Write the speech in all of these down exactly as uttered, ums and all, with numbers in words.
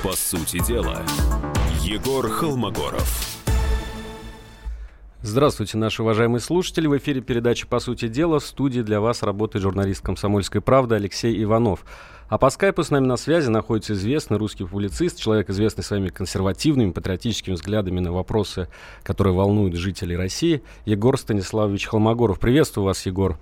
По сути дела, Егор Холмогоров. Здравствуйте, наши уважаемые слушатели. В эфире передача «По сути дела». В студии для вас работает журналист «Комсомольской правды» Алексей Иванов. А по скайпу с нами на связи находится известный русский публицист, человек, известный своими консервативными, патриотическими взглядами на вопросы, которые волнуют жителей России, Егор Станиславович Холмогоров. Приветствую вас, Егор.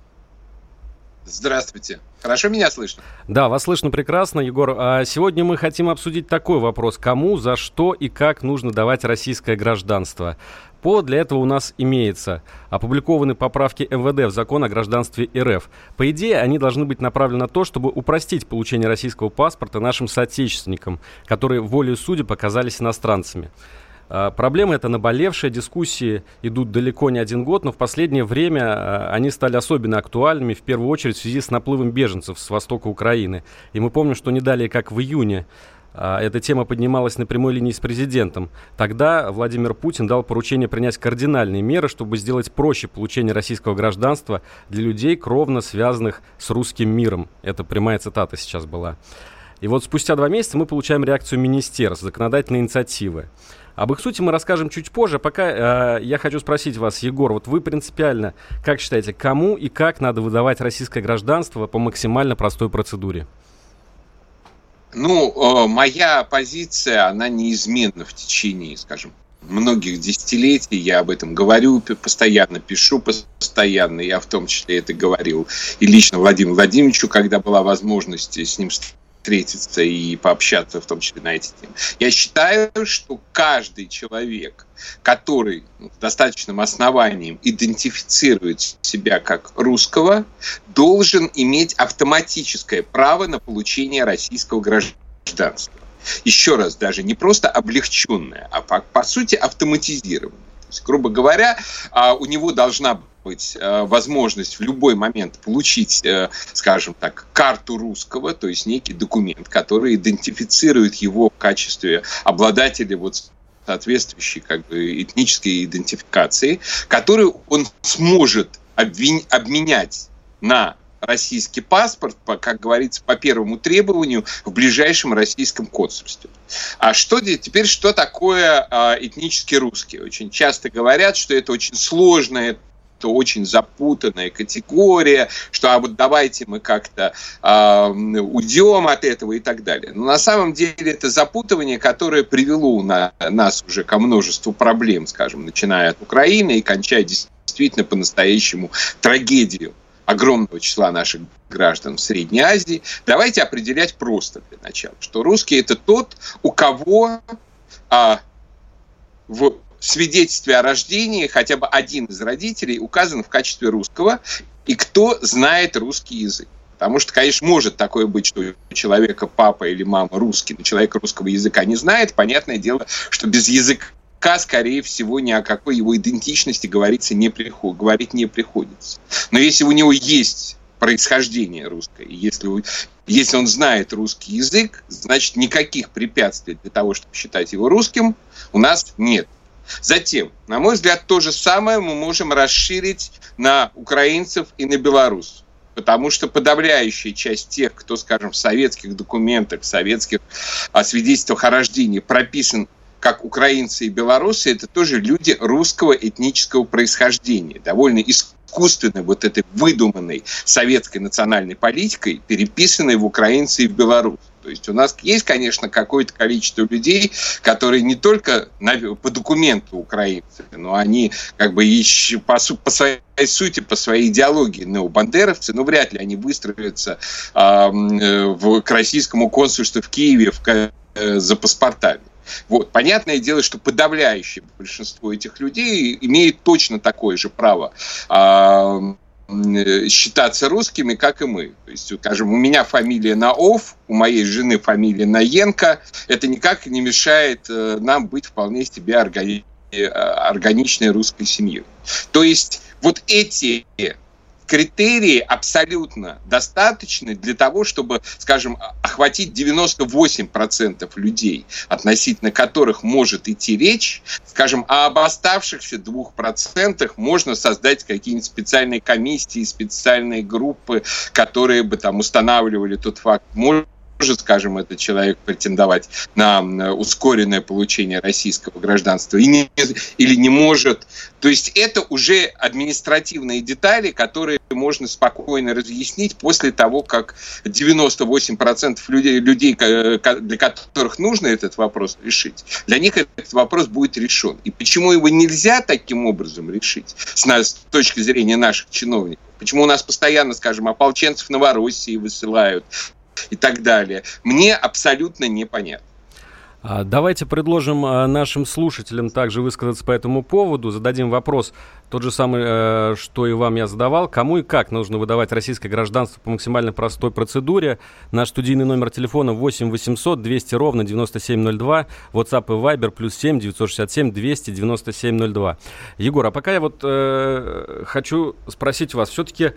Здравствуйте. Хорошо меня слышно? Да, вас слышно прекрасно, Егор. А сегодня мы хотим обсудить такой вопрос. Кому, за что и как нужно давать российское гражданство? Повод для этого у нас имеется. Опубликованы поправки эм вэ дэ в закон о гражданстве эр эф. По идее, они должны быть направлены на то, чтобы упростить получение российского паспорта нашим соотечественникам, которые волею судеб оказались иностранцами. Проблема эта наболевшая, дискуссии идут далеко не один год, но в последнее время они стали особенно актуальными, в первую очередь в связи с наплывом беженцев с востока Украины. И мы помним, что не далее, как в июне, эта тема поднималась на прямой линии с президентом. Тогда Владимир Путин дал поручение принять кардинальные меры, чтобы сделать проще получение российского гражданства для людей, кровно связанных с русским миром. Это прямая цитата сейчас была. И вот спустя два месяца мы получаем реакцию министерств, законодательной инициативы. Об их сути мы расскажем чуть позже. Пока э, я хочу спросить вас, Егор, вот вы принципиально, как считаете, кому и как надо выдавать российское гражданство по максимально простой процедуре? Ну, э, моя позиция, она неизменна в течение, скажем, многих десятилетий. Я об этом говорю постоянно, пишу постоянно. Я в том числе это говорил и лично Владимиру Владимировичу, когда была возможность с ним встретиться и пообщаться, в том числе на эти темы. Я считаю, что каждый человек, который с достаточным основанием идентифицирует себя как русского, должен иметь автоматическое право на получение российского гражданства. Еще раз, даже не просто облегченное, а по, по сути автоматизированное. То есть, грубо говоря, у него должна быть возможность в любой момент получить, скажем так, карту русского, то есть некий документ, который идентифицирует его в качестве обладателя вот соответствующей как бы этнической идентификации, которую он сможет обвин... обменять на российский паспорт, по, как говорится, по первому требованию в ближайшем российском консульстве. А что теперь, что такое а, этнически русские? Очень часто говорят, что это очень сложная, это очень запутанная категория, что а вот давайте мы как-то а, уйдем от этого и так далее. Но на самом деле это запутывание, которое привело на, нас уже ко множеству проблем, скажем, начиная от Украины и кончая действительно по-настоящему трагедию огромного числа наших граждан в Средней Азии. Давайте определять просто для начала, что русский – это тот, у кого а, в свидетельстве о рождении хотя бы один из родителей указан в качестве русского, и кто знает русский язык. Потому что, конечно, может такое быть, что у человека папа или мама русский, но человек русского языка не знает. Понятное дело, что без языка, скорее всего, ни о какой его идентичности говориться не приход... говорить не приходится. Но если у него есть происхождение русское, если, если он знает русский язык, значит, никаких препятствий для того, чтобы считать его русским, у нас нет. Затем, на мой взгляд, то же самое мы можем расширить на украинцев и на белорусов. Потому что подавляющая часть тех, кто, скажем, в советских документах, в советских свидетельствах о рождении прописан как украинцы и белорусы, это тоже люди русского этнического происхождения, довольно искусственной, вот этой выдуманной советской национальной политикой, переписанной в украинцы и в белорусы. То есть у нас есть, конечно, какое-то количество людей, которые не только по документу украинцы, но они как бы еще по, по своей сути, по своей идеологии необандеровцы, но вряд ли они выстроятся э, в, к российскому консульству в Киеве в, э, за паспортами. Вот. Понятное дело, что подавляющее большинство этих людей имеет точно такое же право а, считаться русскими, как и мы. То есть, скажем, у меня фамилия Наов, у моей жены фамилия Наенко. Это никак не мешает э, нам быть вполне себе органи- органичной русской семьей. То есть вот эти критерии абсолютно достаточны для того, чтобы, скажем, охватить девяносто восемь процентов людей, относительно которых может идти речь. Скажем, а об оставшихся двух процентах можно создать какие-нибудь специальные комиссии, специальные группы, которые бы там устанавливали тот факт, может скажем, этот человек претендовать на ускоренное получение российского гражданства и не, или не может. То есть это уже административные детали, которые можно спокойно разъяснить после того, как девяносто восемь процентов людей, людей, для которых нужно этот вопрос решить, для них этот вопрос будет решен. И почему его нельзя таким образом решить с, нас, с точки зрения наших чиновников? Почему у нас постоянно, скажем, ополченцев Новороссии высылают и так далее, мне абсолютно непонятно. Давайте предложим нашим слушателям также высказаться по этому поводу. Зададим вопрос, тот же самый, что и вам я задавал. Кому и как нужно выдавать российское гражданство по максимально простой процедуре? Наш студийный номер телефона восемь восемьсот двести ровно девяносто семь ноль два. WhatsApp и Viber плюс семь девятьсот шестьдесят семь двести девяносто семь ноль два. Егор, а пока я вот э, хочу спросить вас, все-таки...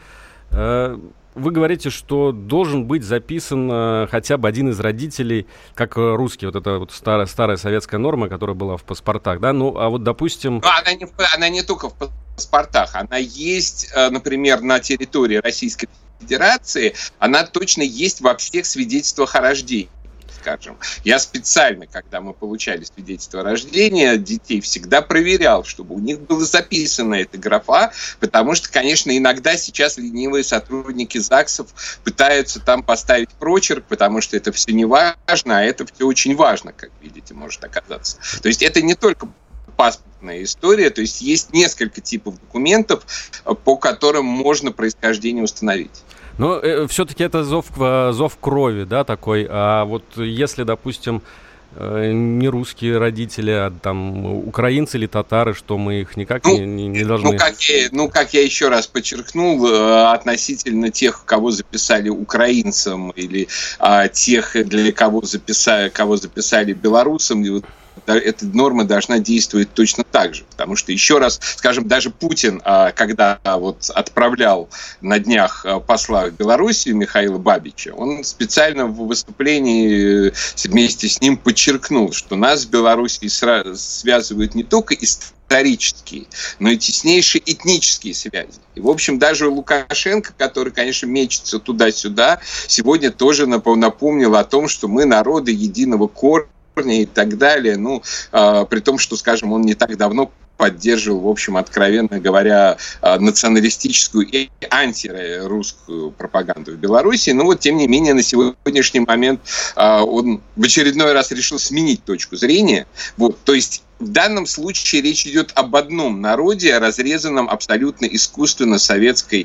Э, Вы говорите, что должен быть записан э, хотя бы один из родителей, как русский, вот это вот старая, старая советская норма, которая была в паспортах, да, ну, а вот, допустим... Она не, она не только в паспортах, она есть, например, на территории Российской Федерации, она точно есть во всех свидетельствах о рождении. Скажем. Я специально, когда мы получали свидетельство о рождении детей, всегда проверял, чтобы у них была записана эта графа, потому что, конечно, иногда сейчас ленивые сотрудники ЗАГСов пытаются там поставить прочерк, потому что это все не важно, а это все очень важно, как видите, может оказаться. То есть это не только паспортная история, то есть есть несколько типов документов, по которым можно происхождение установить. Но э, все-таки это зов, зов крови, да, такой. А вот если, допустим, э, не русские родители, а там украинцы или татары, что мы их никак ну, не, не должны... Ну как, я, ну, как я еще раз подчеркнул, э, относительно тех, кого записали украинцам, или э, тех, для кого записали, кого записали белорусам, эта норма должна действовать точно так же. Потому что, еще раз, скажем, даже Путин, когда вот отправлял на днях посла в Белоруссию Михаила Бабича, он специально в выступлении вместе с ним подчеркнул, что нас с Белоруссией связывают не только исторические, но и теснейшие этнические связи. И, в общем, даже Лукашенко, который, конечно, мечется туда-сюда, сегодня тоже напомнил о том, что мы народы единого корня, и так далее, ну, э, при том, что, скажем, он не так давно поддерживал, в общем, откровенно говоря, националистическую и антирусскую пропаганду в Беларуси, но вот, тем не менее, на сегодняшний момент э, он в очередной раз решил сменить точку зрения, вот, то есть в данном случае речь идет об одном народе, разрезанном абсолютно искусственно советской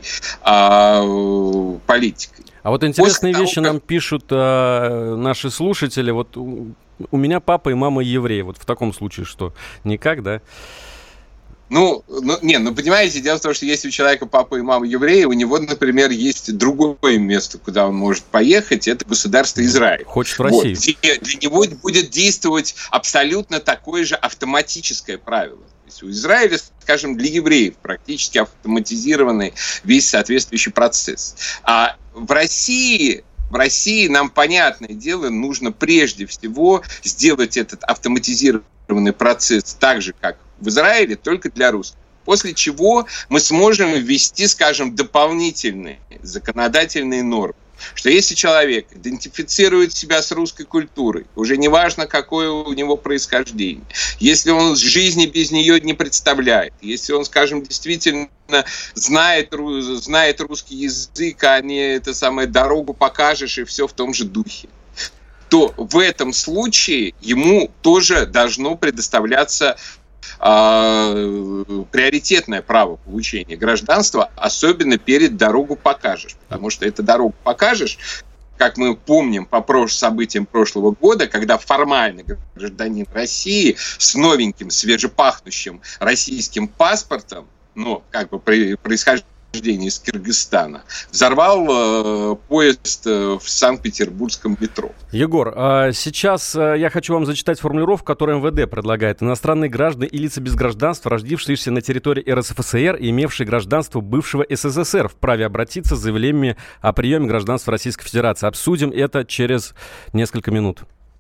э, политикой. А вот интересные После вещи того, как... нам пишут э, наши слушатели. Вот у, у меня папа и мама евреи. Вот в таком случае что? Никак, да? Ну, ну, не, ну, понимаете, дело в том, что если у человека папа и мама евреи, у него, например, есть другое место, куда он может поехать, это государство Израиль. Хочет в Россию. Вот, где для него будет действовать абсолютно такое же автоматическое правило. То есть у Израиля, скажем, для евреев практически автоматизированный весь соответствующий процесс. А в России... В России нам, понятное дело, нужно прежде всего сделать этот автоматизированный процесс так же, как в Израиле, только для русских. После чего мы сможем ввести, скажем, дополнительные законодательные нормы. Что если человек идентифицирует себя с русской культурой, уже не важно, какое у него происхождение, если он жизни без нее не представляет, если он, скажем, действительно знает, знает русский язык, а не это самое дорогу покажешь и все в том же духе, то в этом случае ему тоже должно предоставляться приоритетное право получения гражданства, особенно перед «дорогу покажешь». Потому что это «дорогу покажешь», как мы помним по прош- событиям прошлого года, когда формально гражданин России с новеньким, свежепахнущим российским паспортом, ну, как бы при происхождении из Кыргызстана, взорвал э, поезд э, в Санкт-Петербургском метро. Егор, а сейчас э, я хочу вам зачитать формулировку, которую эм вэ дэ предлагает. Иностранные граждане и лица без гражданства, рождившиеся на территории эр эс эф эс эр и имевшие гражданство бывшего эс эс эс эр, вправе обратиться с заявлениями о приеме гражданства Российской Федерации. Обсудим это через несколько минут.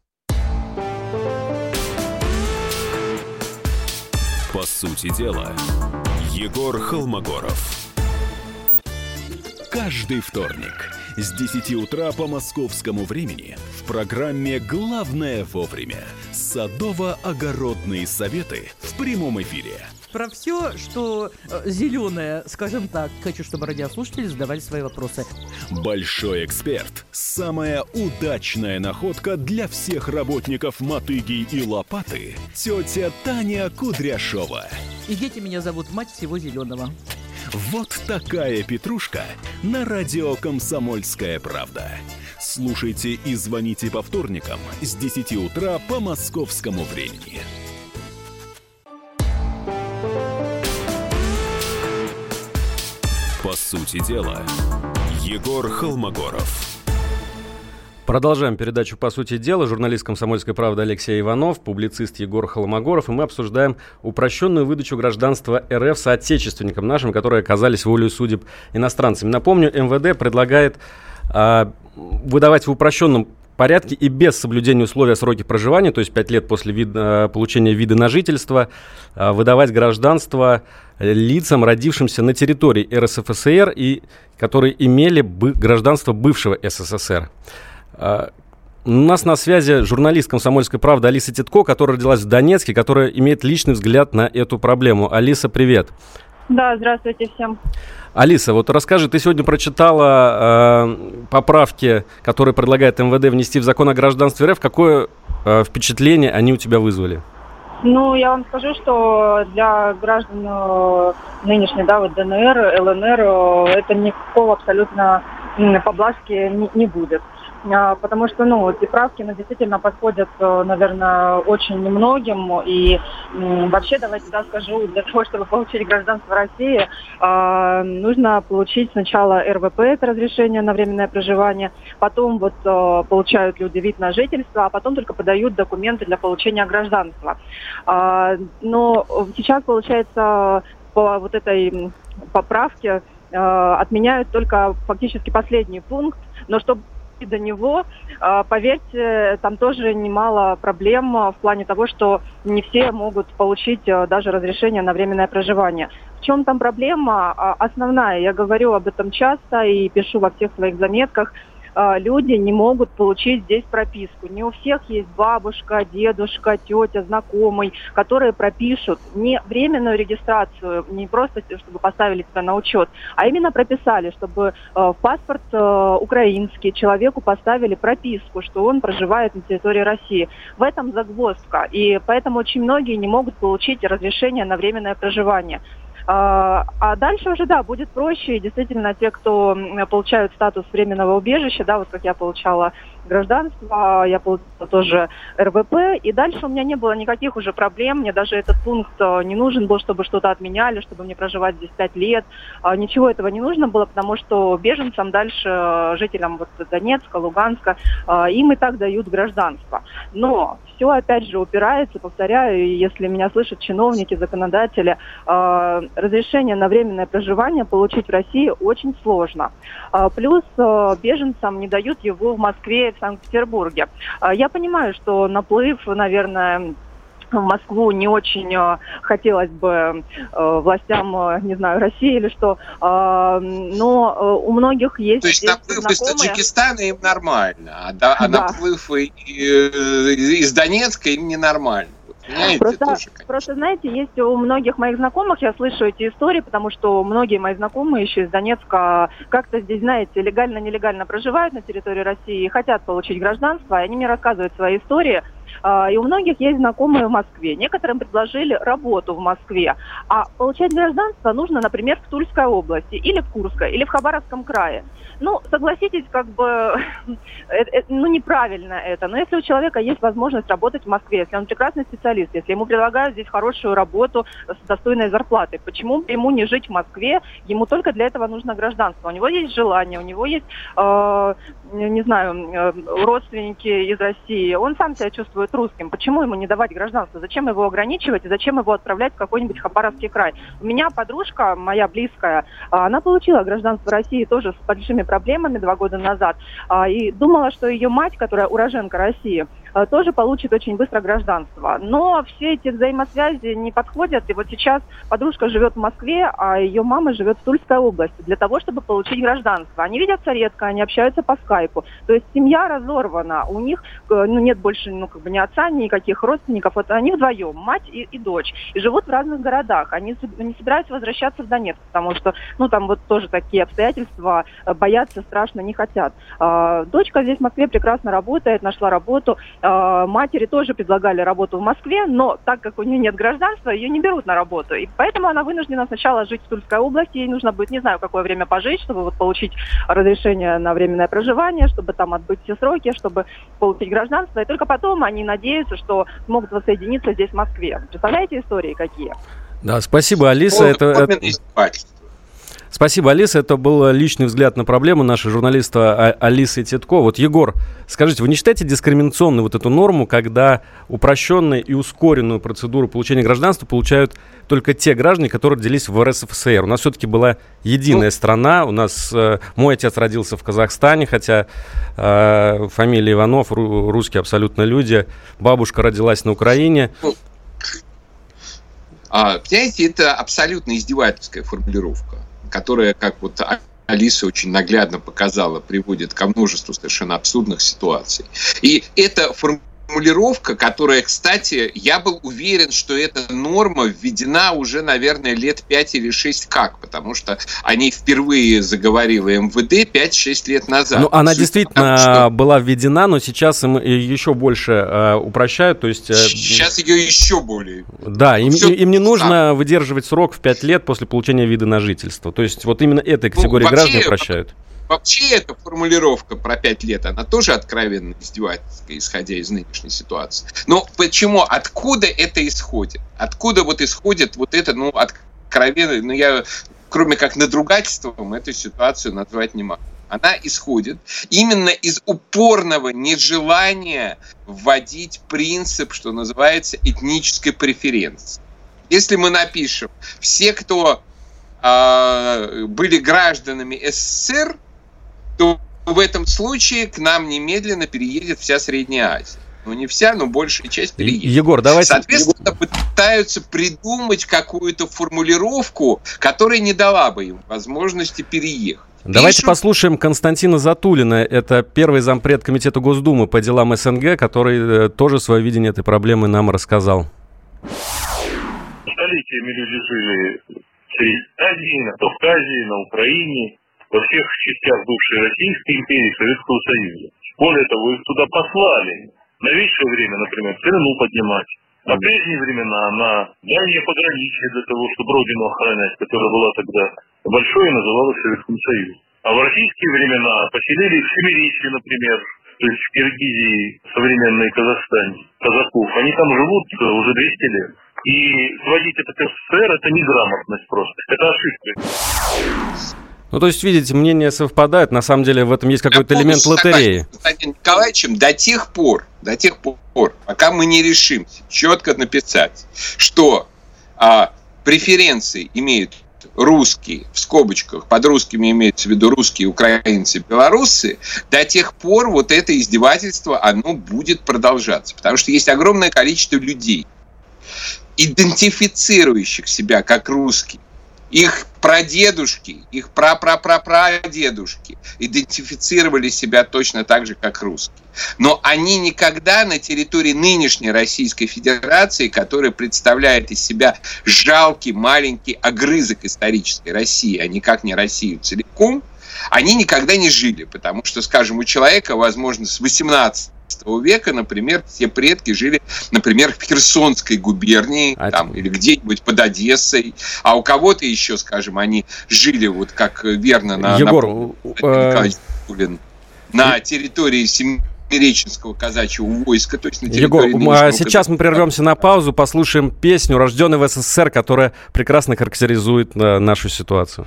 По сути дела, Егор Холмогоров. Каждый вторник С десяти утра по московскому времени в программе «Главное вовремя» садово-огородные советы в прямом эфире. Про все, что э, зеленое, скажем так. Хочу, чтобы радиослушатели задавали свои вопросы. Большой эксперт. Самая удачная находка для всех работников мотыги и лопаты. Тетя Таня Кудряшова. И дети меня зовут мать всего зеленого. Вот такая петрушка на радио «Комсомольская правда». Слушайте и звоните по вторникам с десяти утра по московскому времени. По сути дела, Егор Холмогоров. Продолжаем передачу «По сути дела». Журналист «Комсомольской правды» Алексей Иванов, публицист Егор Холмогоров. И мы обсуждаем упрощенную выдачу гражданства эр эф соотечественникам нашим, которые оказались волею судеб иностранцами. Напомню, эм вэ дэ предлагает э, выдавать в упрощенном порядке и без соблюдения условий о сроке проживания, то есть пять лет после вида, получения вида на жительство, э, выдавать гражданство лицам, родившимся на территории эр эс эф эс эр и которые имели бы гражданство бывшего эс эс эс эр. У нас на связи журналист «Комсомольской правды» Алиса Титко, которая родилась в Донецке, которая имеет личный взгляд на эту проблему. Алиса, привет. Да, здравствуйте всем. Алиса, вот расскажи, ты сегодня прочитала э, поправки, которые предлагает эм вэ дэ внести в закон о гражданстве эр эф. Какое э, впечатление они у тебя вызвали? Ну, я вам скажу, что для граждан э, нынешней, да, вот дэ эн эр, эл эн эр, э, это никакого абсолютно э, поблажки не, не будет. Потому что, ну, эти правки, ну, действительно подходят, наверное, очень немногим. И вообще, давайте, да, скажу, для того, чтобы получить гражданство России, нужно получить сначала эр вэ пэ, это разрешение на временное проживание, потом вот получают люди вид на жительство, а потом только подают документы для получения гражданства. Но сейчас, получается, по вот этой поправке отменяют только фактически последний пункт, но чтобы до него, поверьте, там тоже немало проблем в плане того, что не все могут получить даже разрешение на временное проживание. В чем там проблема? Основная, я говорю об этом часто и пишу во всех своих заметках, люди не могут получить здесь прописку. Не у всех есть бабушка, дедушка, тетя, знакомый, которые пропишут не временную регистрацию, не просто чтобы поставили тебя на учет, а именно прописали, чтобы в паспорт украинский человеку поставили прописку, что он проживает на территории России. В этом загвоздка. И поэтому очень многие не могут получить разрешение на временное проживание. А дальше уже, да, будет проще. И действительно, те, кто получают статус временного убежища, да, вот как я получала гражданство, я получила тоже эр вэ пэ, и дальше у меня не было никаких уже проблем, мне даже этот пункт не нужен был, чтобы что-то отменяли, чтобы мне проживать здесь пять лет, ничего этого не нужно было, потому что беженцам дальше, жителям вот Донецка, Луганска, им и так дают гражданство. Но все, опять же, упирается, повторяю, если меня слышат чиновники, законодатели, разрешение на временное проживание получить в России очень сложно. Плюс беженцам не дают его в Москве и в Санкт-Петербурге. Я понимаю, что наплыв, наверное, в Москву не очень хотелось бы властям, не знаю, России или что, но у многих есть... То есть наплыв знакомые... из Таджикистана им нормально, а, да, а да. наплыв из Донецка им ненормально. Просто, просто, знаете, есть у многих моих знакомых, я слышу эти истории, потому что многие мои знакомые еще из Донецка как-то здесь, знаете, легально-нелегально проживают на территории России и хотят получить гражданство, и они мне рассказывают свои истории. И у многих есть знакомые в Москве. Некоторым предложили работу в Москве. А получать гражданство нужно, например, в Тульской области, или в Курской, или в Хабаровском крае. Ну, согласитесь, как бы, ну, неправильно это. Но если у человека есть возможность работать в Москве, если он прекрасный специалист, если ему предлагают здесь хорошую работу с достойной зарплатой, почему бы ему не жить в Москве? Ему только для этого нужно гражданство. У него есть желание, у него есть, э, не знаю, родственники из России. Он сам себя чувствует русским. Почему ему не давать гражданство? Зачем его ограничивать и зачем его отправлять в какой-нибудь Хабаровский край? У меня подружка, моя близкая, она получила гражданство России тоже с большими проблемами два года назад. И думала, что ее мать, которая уроженка России, тоже получит очень быстро гражданство. Но все эти взаимосвязи не подходят. И вот сейчас подружка живет в Москве, а ее мама живет в Тульской области. Для того, чтобы получить гражданство. Они видятся редко, они общаются по скайпу. То есть семья разорвана. У них ну, нет больше ну, как бы ни отца, никаких родственников. Вот они вдвоем, мать и, и дочь. И живут в разных городах. Они не собираются возвращаться в Донецк, потому что ну, там вот тоже такие обстоятельства, боятся, страшно, не хотят. Дочка здесь в Москве прекрасно работает, нашла работу. Матери тоже предлагали работу в Москве, но так как у нее нет гражданства, ее не берут на работу. И поэтому она вынуждена сначала жить в Тульской области. Ей нужно будет, не знаю, какое время пожить, чтобы вот получить разрешение на временное проживание, чтобы там отбыть все сроки, чтобы получить гражданство. И только потом они надеются, что смогут воссоединиться здесь, в Москве. Представляете истории какие? Да, спасибо, Алиса. Это, это... Спасибо, Алиса. Это был личный взгляд на проблему нашей журналиста Алисы Титко. Вот, Егор, скажите, вы не считаете дискриминационной вот эту норму, когда упрощенную и ускоренную процедуру получения гражданства получают только те граждане, которые родились в эр эс эф эс эр? У нас все-таки была единая ну, страна. У нас э, мой отец родился в Казахстане, хотя э, фамилия Иванов, ру, русские абсолютно люди. Бабушка родилась на Украине. А, понимаете, это абсолютно издевательская формулировка, которая, как вот Алиса очень наглядно показала, приводит ко множеству совершенно абсурдных ситуаций. И эта формулировка, которая, кстати, я был уверен, что эта норма введена уже, наверное, лет пять или шесть как, потому что о ней впервые заговорила эм вэ дэ пять-шесть лет назад. Ну, она Суть действительно что... была введена, но сейчас им еще больше э, упрощают. То есть, э, сейчас ее еще более. Да, им, им не нужно а. выдерживать срок в пять лет после получения вида на жительство. То есть вот именно этой категории ну, вообще, граждан упрощают. Вообще эта формулировка про пять лет, она тоже откровенно издевательская, исходя из нынешней ситуации. Но почему, откуда это исходит? Откуда вот исходит вот это, ну, откровенно, ну, я, кроме как надругательством, эту ситуацию назвать не могу. Она исходит именно из упорного нежелания вводить принцип, что называется, этнической преференции. Если мы напишем, все, кто э, были гражданами эс эс эс эр, то в этом случае к нам немедленно переедет вся Средняя Азия. Ну, не вся, но большая часть переедет. Егор, давайте... Соответственно, пытаются придумать какую-то формулировку, которая не дала бы им возможности переехать. Давайте Пишут... послушаем Константина Затулина. Это первый зампред комитета Госдумы по делам эс эн гэ, который тоже свое видение этой проблемы нам рассказал. Столетиями люди жили в Средней Азии, на Кавказе, на Украине, во всех частях бывшей Российской империи, Советского Союза. Более того, их туда послали. В новейшее время, например, цену поднимать. На прежние времена, на дальние пограничья для того, чтобы родину охранять, которая была тогда большой и называлась Советским Союзом. А в российские времена поселили в Семиречье, например, то есть в Киргизии, современной Казахстане, казаков. Они там живут уже двести лет. И сводить это к эс эс эс эр – это неграмотность просто, это ошибка. Ну, то есть, видите, мнения совпадают. На самом деле в этом есть какой-то элемент лотереи. С Константином Николаевичем до тех пор, до тех пор, пока мы не решимся четко написать, что а, преференции имеют русские, в скобочках, под русскими имеется в виду русские, украинцы, белорусы, до тех пор вот это издевательство, оно будет продолжаться. Потому что есть огромное количество людей, идентифицирующих себя как русские. Их прадедушки, их прапрапрапрадедушки идентифицировали себя точно так же, как русские. Но они никогда на территории нынешней Российской Федерации, которая представляет из себя жалкий маленький огрызок исторической России, а никак не Россию целиком, они никогда не жили. Потому что, скажем, у человека, возможно, с восемнадцатого века, например, все предки жили, например, в Херсонской губернии а там, или где-нибудь под Одессой, а у кого-то еще, скажем, они жили вот как верно на, Егор, на, э... на территории Семиреченского казачьего войска, то есть на территории Егор, сейчас мы прервемся на паузу, послушаем песню «Рожденный в эс эс эс эр», которая прекрасно характеризует нашу ситуацию.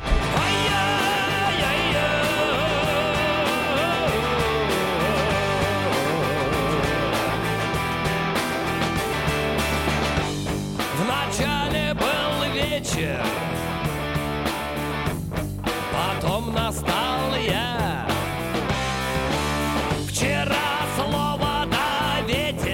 Потом настал я. Вчера слово да ветер.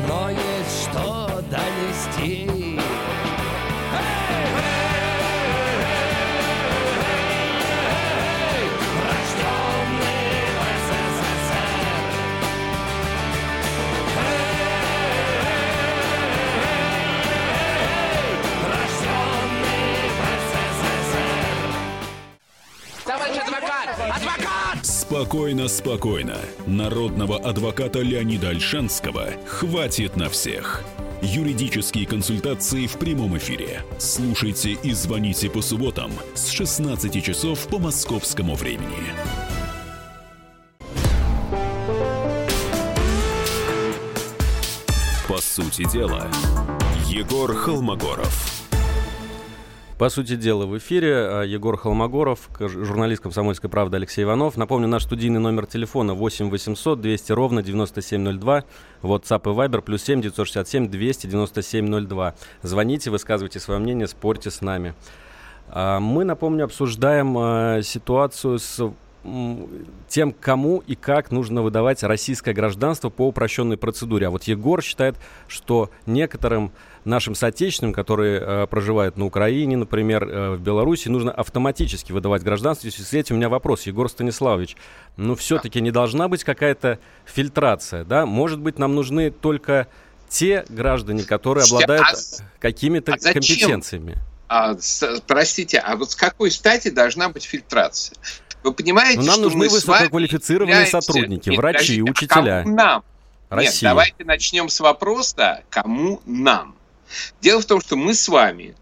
но есть что донести. Спокойно, спокойно. Народного адвоката Леонида Ольшанского хватит на всех. Юридические консультации в прямом эфире. Слушайте и звоните по субботам с шестнадцати часов по московскому времени. По сути дела, Егор Холмогоров. По сути дела, в эфире Егор Холмогоров, журналист «Комсомольской правды» Алексей Иванов. Напомню, наш студийный номер телефона восемь восемьсот двести ровно девяносто семь ноль два, WhatsApp и Viber плюс семь девятьсот шестьдесят семь двести девяносто семь ноль два. Звоните, высказывайте свое мнение, спорьте с нами. Мы, напомню, обсуждаем ситуацию с тем, кому и как нужно выдавать российское гражданство по упрощенной процедуре. А вот Егор считает, что некоторым нашим соотечественным, которые э, проживают на Украине, например, э, в Беларуси, нужно автоматически выдавать гражданство. И в связи с этим у меня вопрос, Егор Станиславович, ну все-таки не должна быть какая-то фильтрация, да? Может быть, нам нужны только те граждане, которые обладают а, какими-то а компетенциями? А, с, простите, а вот с какой стати должна быть фильтрация? Вы понимаете, Но нам что нужны мы высококвалифицированные сотрудники, Нет, врачи и учителя. А кому нам? Россия. Нет, давайте начнем с вопроса, кому нам. Дело в том, что мы с вами,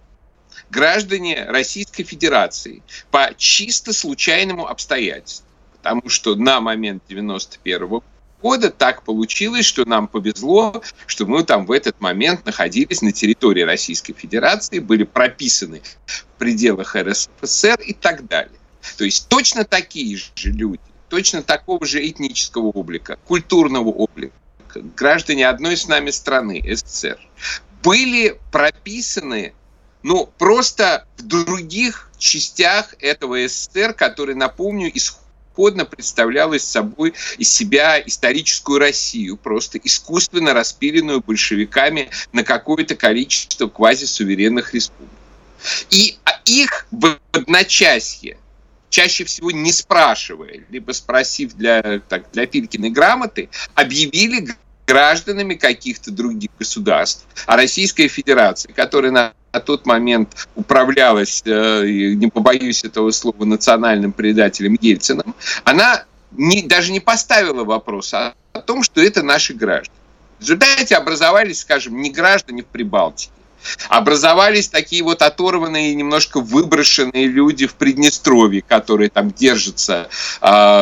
граждане Российской Федерации, по чисто случайному обстоятельству. Потому что на момент девяносто первого года так получилось, что нам повезло, что мы там в этот момент находились на территории Российской Федерации, были прописаны в пределах эр эс эф эс эр и так далее. То есть точно такие же люди, точно такого же этнического облика, культурного облика, граждане одной с нами страны, эс эс эс эр, были прописаны, ну, просто в других частях этого эс эс эс эр, который, напомню, исходно представлял из собой из себя историческую Россию, просто искусственно распиленную большевиками на какое-то количество квазисуверенных республик. И их в одночасье, чаще всего не спрашивая, либо спросив для, так, для Филькиной грамоты, объявили гражданами каких-то других государств. А Российская Федерация, которая на, на тот момент управлялась, э, не побоюсь этого слова, национальным предателем Ельциным, она не, даже не поставила вопрос о, о том, что это наши граждане. В результате образовались, скажем, не граждане в Прибалтике, образовались такие вот оторванные, немножко выброшенные люди в Приднестровье, которые там держатся э,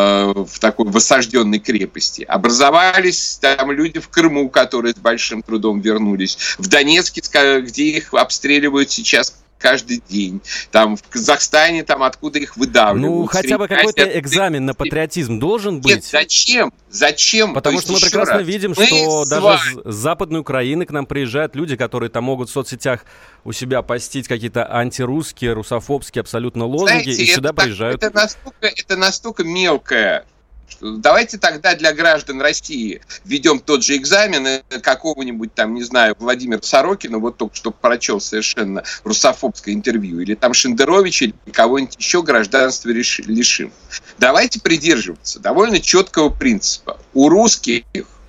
в такой в осажденной крепости. Образовались там люди в Крыму, которые с большим трудом вернулись. В Донецке, где их обстреливают сейчас каждый день. Там в Казахстане, там откуда их выдавливают. Ну, хотя бы какой-то экзамен на патриотизм должен быть. Нет, зачем? Зачем? Потому что мы прекрасно раз, видим, мы что даже вами... с Западной Украины к нам приезжают люди, которые там могут в соцсетях у себя постить какие-то антирусские, русофобские абсолютно лозунги, Знаете, и сюда это, приезжают. Это настолько, это настолько мелкое. Давайте тогда для граждан России введем тот же экзамен какого-нибудь там, не знаю, Владимира Сорокина, вот только что прочел совершенно русофобское интервью, или там Шендеровича, или кого-нибудь еще гражданства лишим. Давайте придерживаться довольно четкого принципа. У русских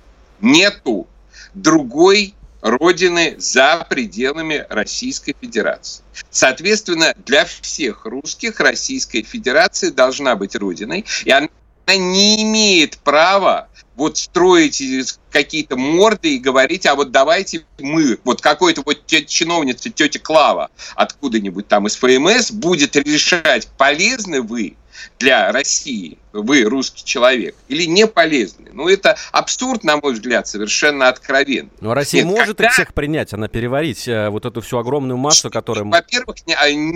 нету другой родины за пределами Российской Федерации. Соответственно, для всех русских Российская Федерация должна быть родиной, и она Она не имеет права вот строить какие-то морды и говорить, а вот давайте мы, вот какой-то вот чиновница, тетя Клава, откуда-нибудь там из эф эм эс, будет решать, полезны вы для России, вы, русский человек, или не полезны. Ну, это абсурд, на мой взгляд, совершенно откровенный. Но Россия Нет, может когда... их всех принять, она переварить э, вот эту всю огромную массу, которая... Во-первых, не,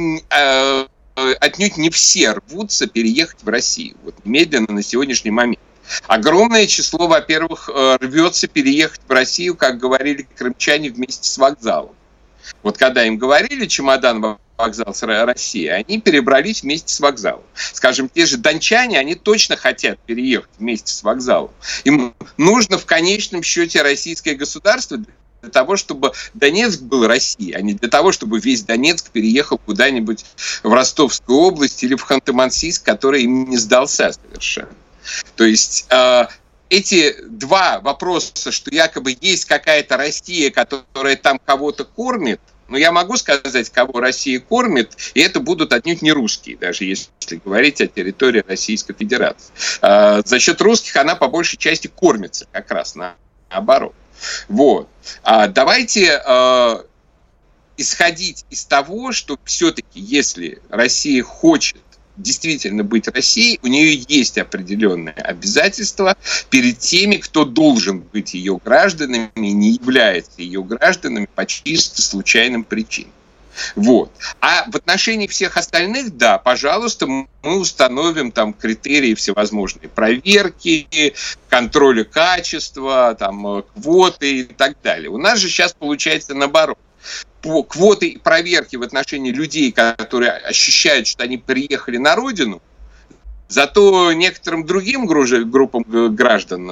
э, отнюдь не все рвутся переехать в Россию. Вот медленно на сегодняшний момент. Огромное число, во-первых, рвется переехать в Россию, как говорили крымчане, вместе с вокзалом. Вот когда им говорили, чемодан вокзал с России, они перебрались вместе с вокзалом. Скажем, те же дончане, они точно хотят переехать вместе с вокзалом. Им нужно в конечном счете российское государство для того, чтобы Донецк был Россией, а не для того, чтобы весь Донецк переехал куда-нибудь в Ростовскую область или в Ханты-Мансийск, который им не сдался совершенно. То есть э, эти два вопроса, что якобы есть какая-то Россия, которая там кого-то кормит, но я могу сказать, кого Россия кормит, и это будут отнюдь не русские, даже если говорить о территории Российской Федерации. Э, за счет русских она по большей части кормится как раз наоборот. Вот. А давайте э, исходить из того, что все-таки, если Россия хочет действительно быть Россией, у нее есть определенные обязательства перед теми, кто должен быть ее гражданами и не является ее гражданами по чисто случайным причинам. Вот. А в отношении всех остальных, да, пожалуйста, мы установим там критерии всевозможные проверки, контроля качества, там, квоты и так далее. У нас же сейчас получается наоборот. По квоты и проверки в отношении людей, которые ощущают, что они приехали на родину, зато некоторым другим группам граждан,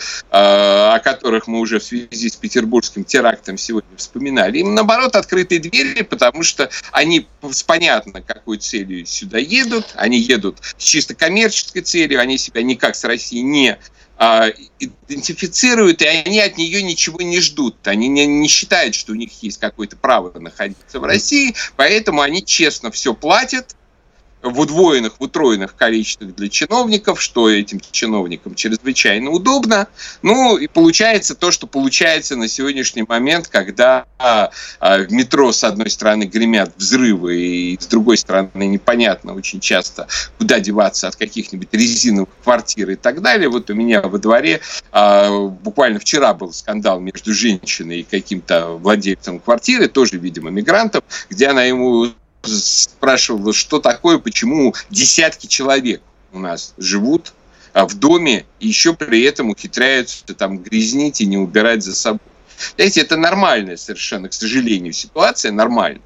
о которых мы уже в связи с петербургским терактом сегодня вспоминали, им, наоборот, открытые двери, потому что они с понятно какой целью сюда едут, они едут с чисто коммерческой целью, они себя никак с Россией не идентифицируют, и они от нее ничего не ждут. Они не, не считают, что у них есть какое-то право находиться в России, поэтому они честно все платят, в удвоенных, в утроенных количествах для чиновников, что этим чиновникам чрезвычайно удобно. Ну, и получается то, что получается на сегодняшний момент, когда а, а, в метро с одной стороны гремят взрывы, и с другой стороны непонятно очень часто, куда деваться от каких-нибудь резиновых квартир и так далее. Вот у меня во дворе а, буквально вчера был скандал между женщиной и каким-то владельцем квартиры, тоже, видимо, мигрантом, где она ему спрашивал, что такое, почему десятки человек у нас живут в доме и еще при этом ухитряются там грязнить и не убирать за собой. Знаете, это нормальная совершенно, к сожалению, ситуация, нормальная.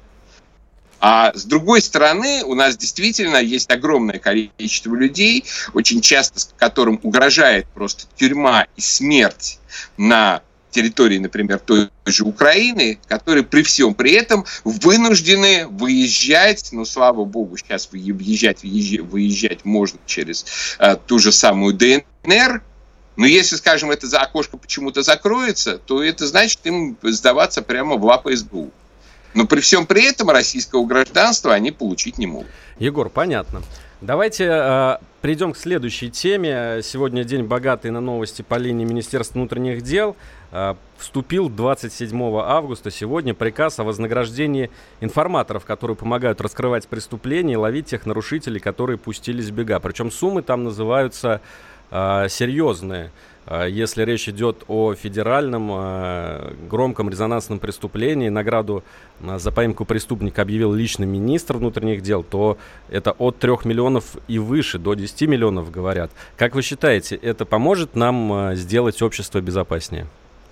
А с другой стороны, у нас действительно есть огромное количество людей, очень часто которым угрожает просто тюрьма и смерть на территории, например, той же Украины, которые при всем при этом вынуждены выезжать, ну, слава богу, сейчас выезжать, выезжать, выезжать можно через а, ту же самую ДНР, но если, скажем, это окошко почему-то закроется, то это значит им сдаваться прямо в лапы СБУ. Но при всем при этом российского гражданства они получить не могут. Егор, понятно. Давайте э, перейдем к следующей теме. Сегодня день богатый на новости по линии Министерства внутренних дел. Э, вступил двадцать седьмого августа сегодня приказ о вознаграждении информаторов, которые помогают раскрывать преступления и ловить тех нарушителей, которые пустились в бега. Причем суммы там называются э, серьезные. Если речь идет о федеральном э, громком резонансном преступлении, награду за поимку преступника объявил лично министр внутренних дел, то это от трех миллионов и выше, до десяти миллионов говорят. Как вы считаете, это поможет нам сделать общество безопаснее?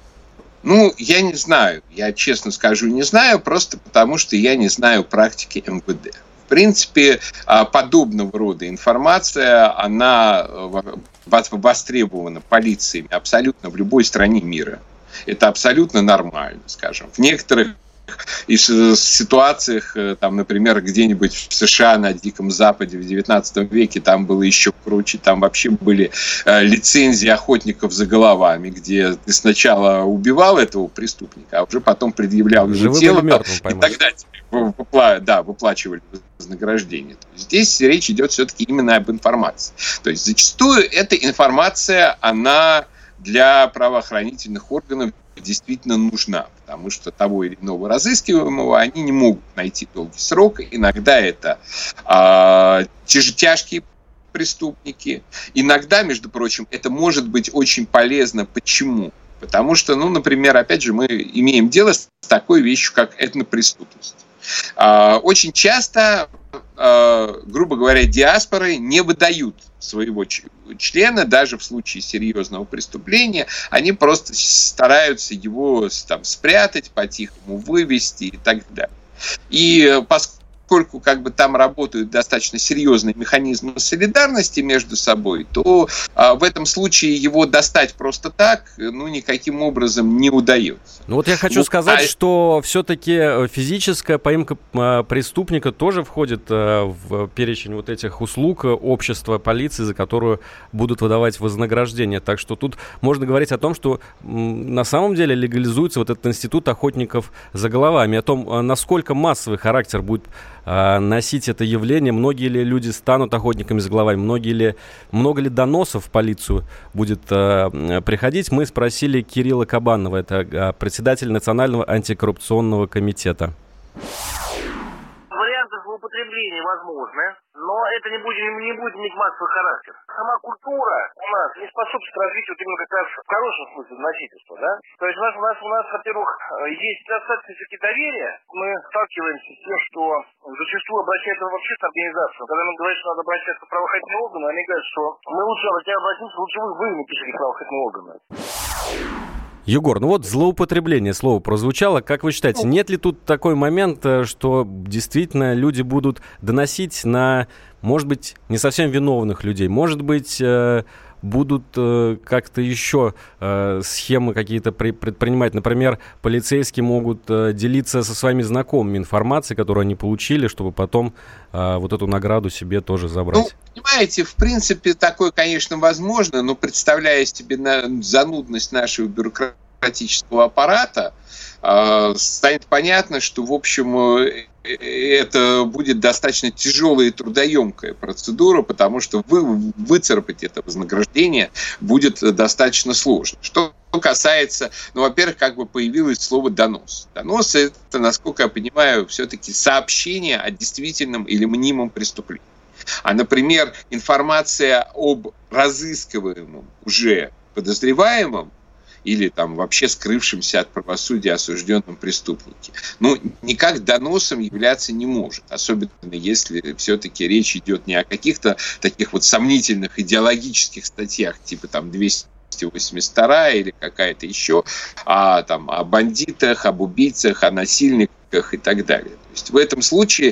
Ну, я не знаю, я честно скажу, не знаю, просто потому что я не знаю практики эм вэ дэ. В принципе, подобного рода информация, она востребована полициями абсолютно в любой стране мира. Это абсолютно нормально, скажем. В некоторых из ситуациях, там, например, где-нибудь в США на Диком Западе в девятнадцатом веке, там было еще круче, там вообще были э, лицензии охотников за головами, где ты сначала убивал этого преступника, а уже потом предъявлял его тело, и тогда выпла- да, выплачивали вознаграждение. Здесь речь идет все-таки именно об информации. То есть зачастую эта информация, она для правоохранительных органов действительно нужна, потому что того или иного разыскиваемого они не могут найти долгий срок. Иногда это э, тяжкие преступники. Иногда, между прочим, это может быть очень полезно. Почему? Потому что, ну, например, опять же, мы имеем дело с такой вещью, как этнопреступность. Э, очень часто, э, грубо говоря, диаспоры не выдают своего члена, даже в случае серьезного преступления, они просто стараются его там спрятать, по-тихому вывести и так далее. И поскольку как бы там работают достаточно серьезные механизмы солидарности между собой, то а, в этом случае его достать просто так, ну, никаким образом не удается. Ну вот я хочу вот, сказать, а... что все-таки физическая поимка а, преступника тоже входит а, в перечень вот этих услуг общества, полиции, за которую будут выдавать вознаграждение. Так что тут можно говорить о том, что м, на самом деле легализуется вот этот институт охотников за головами, о том, а, насколько массовый характер будет а, носить это явление, многие ли люди станут охотниками за головами, многие ли, много ли доносов в полицию будет а, приходить, мы спросили Кирилла Кабанова, это а, председатель Национального антикоррупционного комитета. Варианты злоупотребления возможны, но это не будет, не будет иметь массовый характер. Сама культура у нас не способствует развитию вот именно как раз в хорошем смысле носительства, да? То есть у нас, у нас, у нас, во-первых, есть достаточно все-таки доверия. Мы сталкиваемся с тем, что зачастую обращаются в общественную организацию. Когда мы говорим, что надо обращаться в правоохранительные органы, они говорят, что мы лучше обратимся, лучше вы, вы напишите правоохранительные органы. Егор, ну вот злоупотребление, слово прозвучало. Как вы считаете, нет ли тут такой момент, что действительно люди будут доносить на, может быть, не совсем виновных людей, может быть, будут как-то еще схемы какие-то предпринимать? Например, полицейские могут делиться со своими знакомыми информацией, которую они получили, чтобы потом вот эту награду себе тоже забрать. Ну, понимаете, в принципе, такое, конечно, возможно, но представляя себе занудность нашего бюрократического аппарата, станет понятно, что, в общем, это будет достаточно тяжелая и трудоемкая процедура, потому что вы, выцарапать это вознаграждение будет достаточно сложно. Что касается, ну, во-первых, как бы появилось слово «донос». Донос – это, насколько я понимаю, все-таки сообщение о действительном или мнимом преступлении. А, например, информация об разыскиваемом уже подозреваемом или там вообще скрывшимся от правосудия осужденном преступнике, ну, никак доносом являться не может, особенно если все-таки речь идет не о каких-то таких вот сомнительных идеологических статьях, типа там двести восемьдесят два или какая-то еще, а там о бандитах, об убийцах, о насильниках и так далее. То есть в этом случае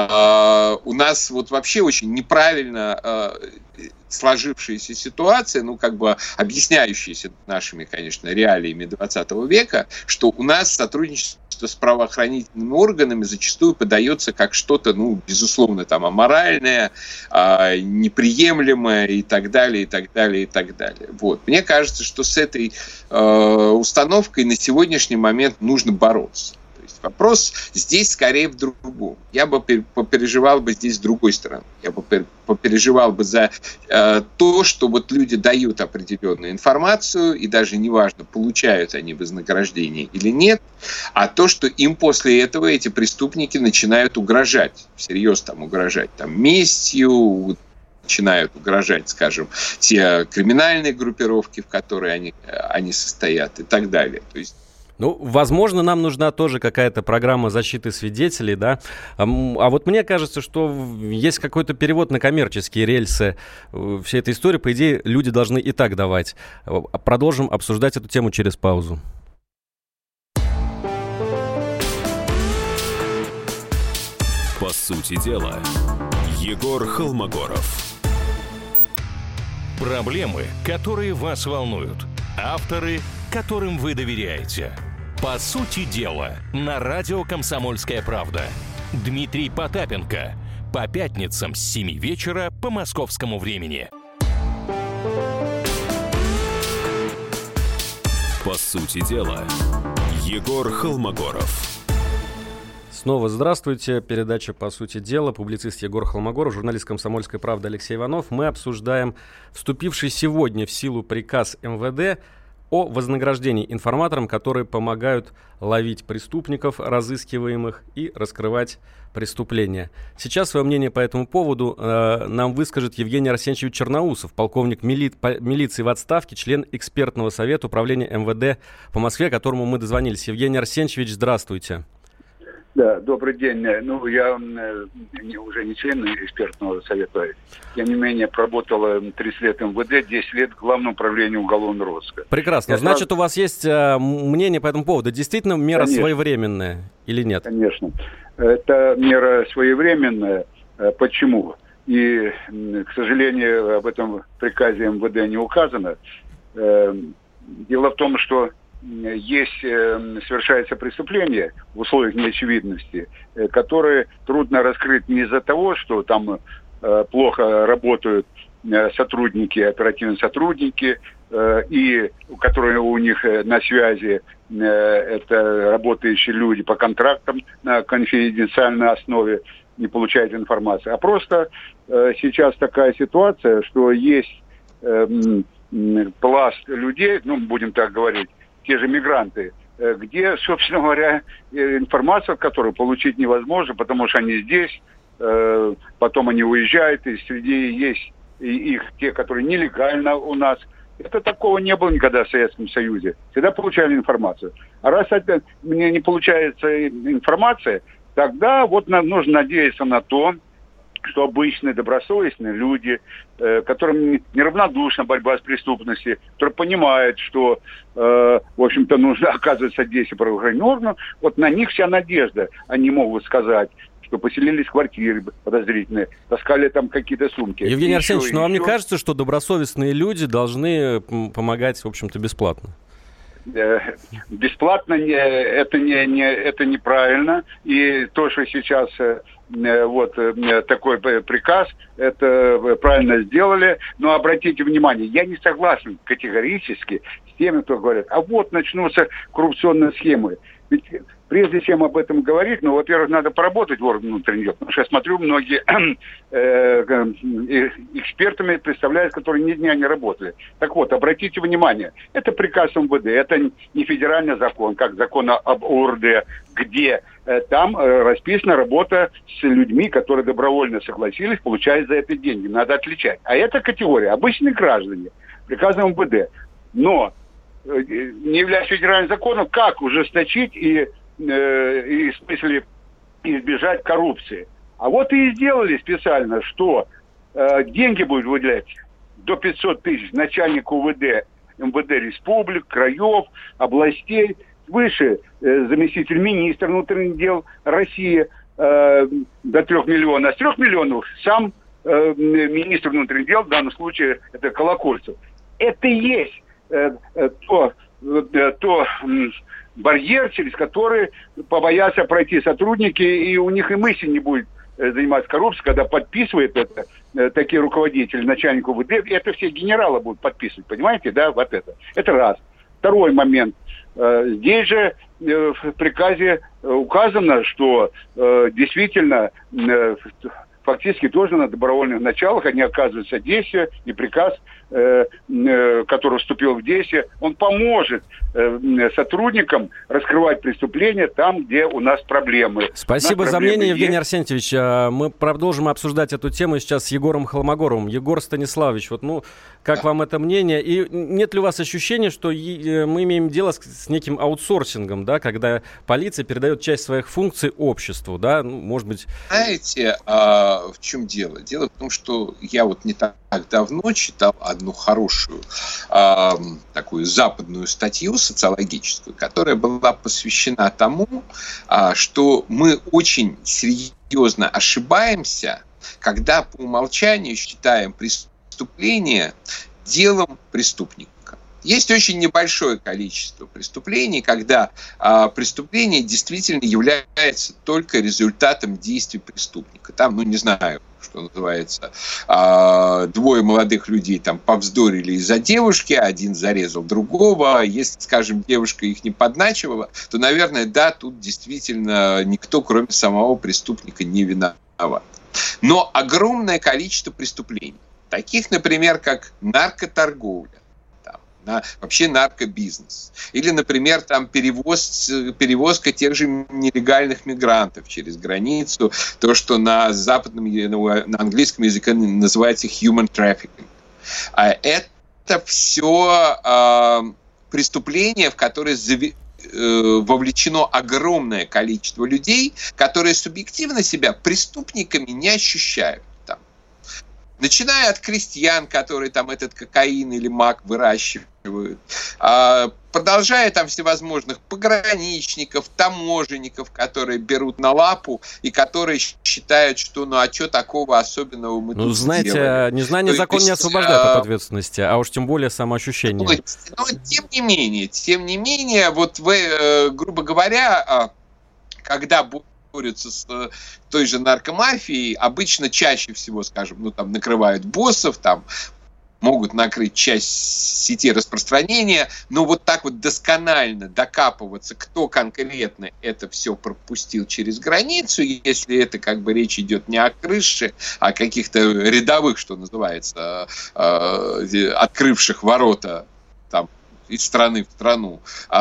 э, у нас вот вообще очень неправильно э, сложившаяся ситуация, ну, как бы объясняющаяся нашими, конечно, реалиями двадцатого века, что у нас сотрудничество с правоохранительными органами зачастую подается как что-то, ну, безусловно, там, аморальное, а, неприемлемое и так далее, и так далее, и так далее. Вот. Мне кажется, что с этой э, установкой на сегодняшний момент нужно бороться. Вопрос здесь скорее в другом. Я бы попереживал бы здесь с другой стороны. Я бы попереживал бы за э, то, что вот люди дают определенную информацию, и даже неважно, получают они вознаграждение или нет, а то, что им после этого эти преступники начинают угрожать, всерьез там угрожать там, местью, начинают угрожать, скажем, те криминальные группировки, в которые они, они состоят и так далее. То есть ну, возможно, нам нужна тоже какая-то программа защиты свидетелей, да. А, а вот мне кажется, что есть какой-то перевод на коммерческие рельсы всей этой истории. По идее, люди должны и так давать. Продолжим обсуждать эту тему через паузу. По сути дела, Егор Холмогоров. Проблемы, которые вас волнуют. Авторы, которым вы доверяете. По сути дела, на радио «Комсомольская правда». Дмитрий Потапенко. По пятницам с семи вечера по московскому времени. По сути дела, Егор Холмогоров. Снова здравствуйте. Передача «По сути дела». Публицист Егор Холмогоров, журналист «Комсомольской правды» Алексей Иванов. Мы обсуждаем вступивший сегодня в силу приказ эм вэ дэ о вознаграждении информаторам, которые помогают ловить преступников, разыскиваемых, и раскрывать преступления. Сейчас свое мнение по этому поводу э, нам выскажет Евгений Арсеньевич Черноусов, полковник мили... милиции в отставке, член экспертного совета управления эм вэ дэ по Москве, к которому мы дозвонились. Евгений Арсеньевич, здравствуйте. Да, добрый день. Ну, я не, уже не член экспертного совета. Тем не менее, проработал тридцать лет эм вэ дэ, десять лет в Главном управлении уголовного розыска. Прекрасно. Я Значит, сразу... у вас есть э, мнение по этому поводу. Действительно мера Конечно. своевременная или нет? Конечно. Это мера своевременная. Почему? И, к сожалению, об этом приказе эм вэ дэ не указано. Дело в том, что есть, совершается преступление в условиях неочевидности, которые трудно раскрыть не из-за того, что там плохо работают сотрудники, оперативные сотрудники, и которые у них на связи, это работающие люди по контрактам на конфиденциальной основе, не получают информацию. А просто сейчас такая ситуация, что есть пласт людей, ну, будем так говорить, те же мигранты, где, собственно говоря, информацию, которую получить невозможно, потому что они здесь, потом они уезжают, и среди есть их те, которые нелегально у нас. Это такого не было никогда в Советском Союзе. Всегда получали информацию. А раз это мне не получается информация, тогда вот нам нужно надеяться на то, что обычные добросовестные люди, э, которым неравнодушна борьба с преступностью, которые понимают, что, э, в общем-то, нужно оказывать содействие правоохранительным органам, вот на них вся надежда. Они могут сказать, что поселились в квартире подозрительные, таскали там какие-то сумки. Евгений и Арсеньевич, еще, ну а вам еще... не кажется, что добросовестные люди должны помогать, в общем-то, бесплатно? Бесплатно не, это, не, не, это неправильно. И то, что сейчас вот такой приказ, это правильно сделали. Но обратите внимание, я не согласен категорически с теми, кто говорит, а вот начнутся коррупционные схемы. Ведь прежде чем об этом говорить, ну, во-первых, надо поработать в органах внутренних дел, потому что я смотрю, многие э, экспертами представляют, которые ни дня не работали. Так вот, обратите внимание, это приказ эм вэ дэ, это не федеральный закон, как закон об о эр дэ, где э, там э, расписана работа с людьми, которые добровольно согласились получать за это деньги. Надо отличать. А эта категория обычные граждане, приказ эм вэ дэ. Но не являясь федеральным законом, как ужесточить и, э, и в смысле избежать коррупции. А вот и сделали специально, что э, деньги будут выделять до пятьсот тысяч начальнику вэ дэ, эм вэ дэ республик, краев, областей, выше э, заместитель министра внутренних дел России э, до трех миллионов, а с трех миллионов сам э, министр внутренних дел, в данном случае это Колокольцев. Это и есть то, то барьер, через который побоятся пройти сотрудники, и у них и мысли не будет заниматься коррупцией, когда подписывает это такие руководители, начальнику вэ дэ, это все генералы будут подписывать, понимаете, да, вот это. Это раз. Второй момент. Здесь же в приказе указано, что действительно фактически тоже на добровольных началах они оказывают содействие, и приказ, э, э, который вступил в действие, он поможет э, сотрудникам раскрывать преступления там, где у нас проблемы. Спасибо нас за мнение, есть. Евгений Арсентьевич. Мы продолжим обсуждать эту тему сейчас с Егором Холмогоровым. Егор Станиславович, вот, ну, как вам это мнение? И нет ли у вас ощущения, что мы имеем дело с, с неким аутсорсингом, да, когда полиция передает часть своих функций обществу, да, ну, может быть... Знаете, а в чем дело? Дело в том, что я вот не так давно читал одну хорошую э, такую западную статью социологическую, которая была посвящена тому, э, что мы очень серьезно ошибаемся, когда по умолчанию считаем преступление делом преступника. Есть очень небольшое количество преступлений, когда а, преступление действительно является только результатом действий преступника. Там, ну не знаю, что называется, а, двое молодых людей там повздорили из-за девушки, один зарезал другого. Если, скажем, девушка их не подначивала, то, наверное, да, тут действительно никто, кроме самого преступника, не виноват. Но огромное количество преступлений, таких, например, как наркоторговля, на вообще наркобизнес. Или, например, там перевоз, перевозка тех же нелегальных мигрантов через границу, то, что на западном, на английском языке называется human trafficking. Это все э, преступления, в которые э, вовлечено огромное количество людей, которые субъективно себя преступниками не ощущают. Там. Начиная от крестьян, которые там этот кокаин или мак выращивают, э, продолжая там всевозможных пограничников, таможенников, которые берут на лапу и которые считают, что ну а что такого особенного мы ну, тут знаете, сделали. Незнание закон не освобождает от ответственности, а уж тем более самоощущение. Но, но тем не менее, тем не менее, вот вы, э, грубо говоря, когда борются с той же наркомафией, обычно чаще всего, скажем, ну там накрывают боссов, там могут накрыть часть сети распространения, но вот так вот досконально докапываться, кто конкретно это все пропустил через границу, если это как бы речь идет не о крыше, а о каких-то рядовых, что называется, открывших ворота там из страны в страну,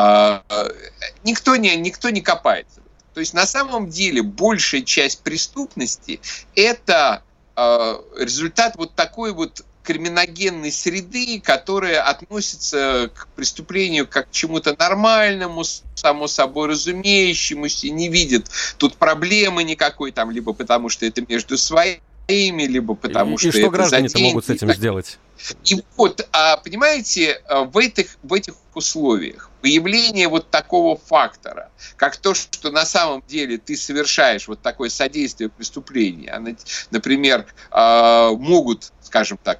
никто не, никто не копается. То есть на самом деле большая часть преступности – это результат вот такой вот криминогенной среды, которая относится к преступлению как к чему-то нормальному, само собой разумеющемуся, не видит тут проблемы никакой, там, либо потому что это между своими, либо потому и, что и что это граждане-то могут с этим так... сделать? И вот, понимаете, в этих, в этих условиях появление вот такого фактора, как то, что на самом деле ты совершаешь вот такое содействие преступлению, например, могут, скажем так,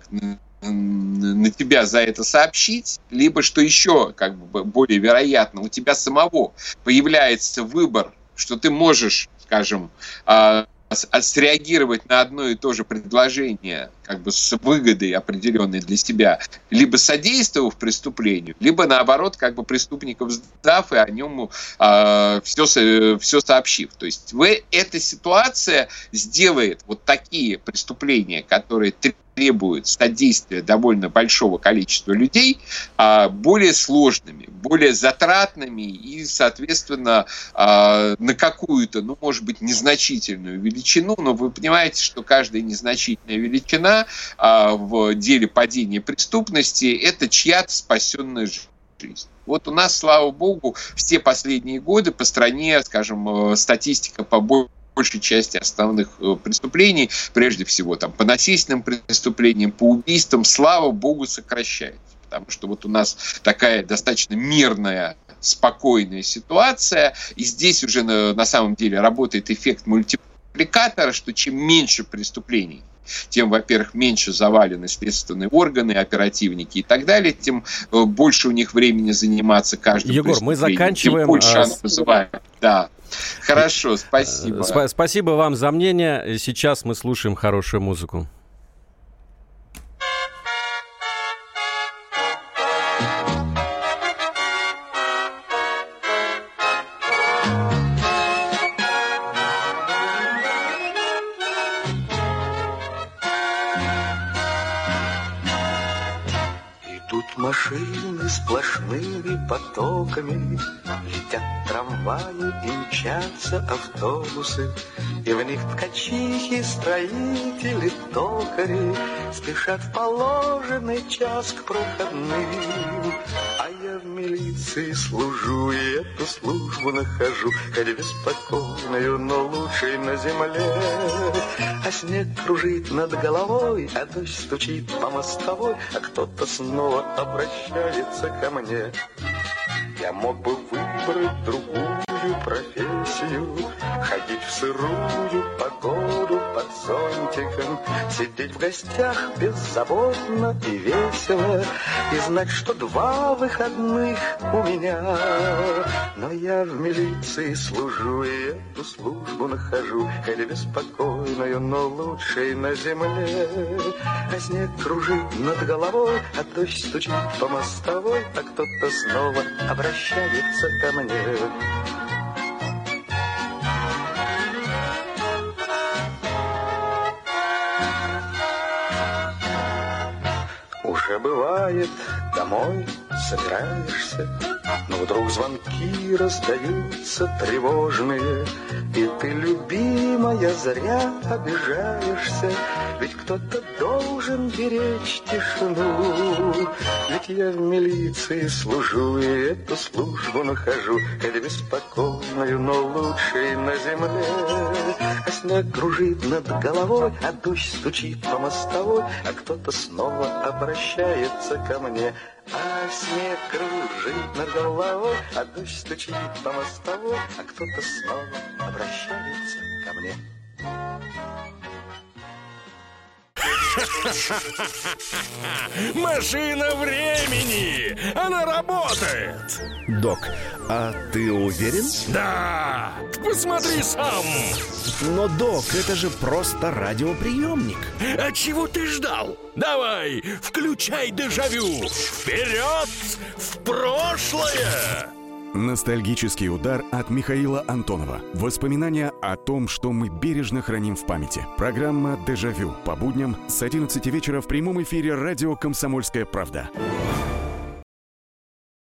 на тебя за это сообщить, либо, что еще как бы более вероятно, у тебя самого появляется выбор, что ты можешь, скажем, среагировать на одно и то же предложение как бы с выгодой определенной для себя, либо содействовав преступлению, либо наоборот как бы преступников сдав и о нем э, все, все сообщив. То есть вы, эта ситуация сделает вот такие преступления, которые требуют содействия довольно большого количества людей, э, более сложными, более затратными и, соответственно, э, на какую-то, ну, может быть, незначительную величину, но вы понимаете, что каждая незначительная величина в деле падения преступности – это чья-то спасенная жизнь. Вот у нас, слава богу, все последние годы по стране, скажем, статистика по большей части основных преступлений, прежде всего там, по насильственным преступлениям, по убийствам, слава богу, сокращается. Потому что вот у нас такая достаточно мирная, спокойная ситуация, и здесь уже на, на самом деле работает эффект мультипликатора, что чем меньше преступлений, тем, во-первых, меньше завалены следственные органы, оперативники и так далее, тем больше у них времени заниматься каждым Егор, мы заканчиваем. Тем больше оно вызывает. Да. Хорошо, спасибо. Сп- спасибо вам за мнение. Сейчас мы слушаем хорошую музыку. Машины сплошными потоками, летят трамваи и мчатся автобусы, и в них ткачихи, строители, токари спешат в положенный час к проходным. А я в милиции служу и эту службу нахожу, хоть беспокойную, но лучшей на земле. А снег кружит над головой, а дождь стучит по мостовой, а кто-то снова обращается ко мне. Я мог бы выбрать другую профессию, ходить в сырую погоду под зонтиком, сидеть в гостях беззаботно и весело, и знать, что два выходных у меня. Но я в милиции служу и эту службу нахожу, хоть беспокойную, но лучшей на земле. А снег кружит над головой, а дождь стучит по мостовой, а кто-то снова обращается ко мне. Уже бывает, домой собираешься, Но вдруг звонки раздаются тревожные, и ты, любимая, зря обижаешься. Ведь кто-то должен беречь тишину. Ведь я в милиции служу, и эту службу нахожу, хоть беспокойную, но лучшей на земле. А снег кружит над головой, а дождь стучит по мостовой, а кто-то снова обращается ко мне. А снег кружит над головой, а дождь стучит по мостовой, а кто-то снова обращается ко мне. Машина времени! Она работает! Док, а ты уверен? Да! Посмотри сам! Но, док, это же просто радиоприемник. А чего ты ждал? Давай, включай дежавю! Вперед! В прошлое! Ностальгический удар от Михаила Антонова. Воспоминания о том, что мы бережно храним в памяти. Программа «Дежавю» по будням с одиннадцати вечера в прямом эфире радио «Комсомольская правда».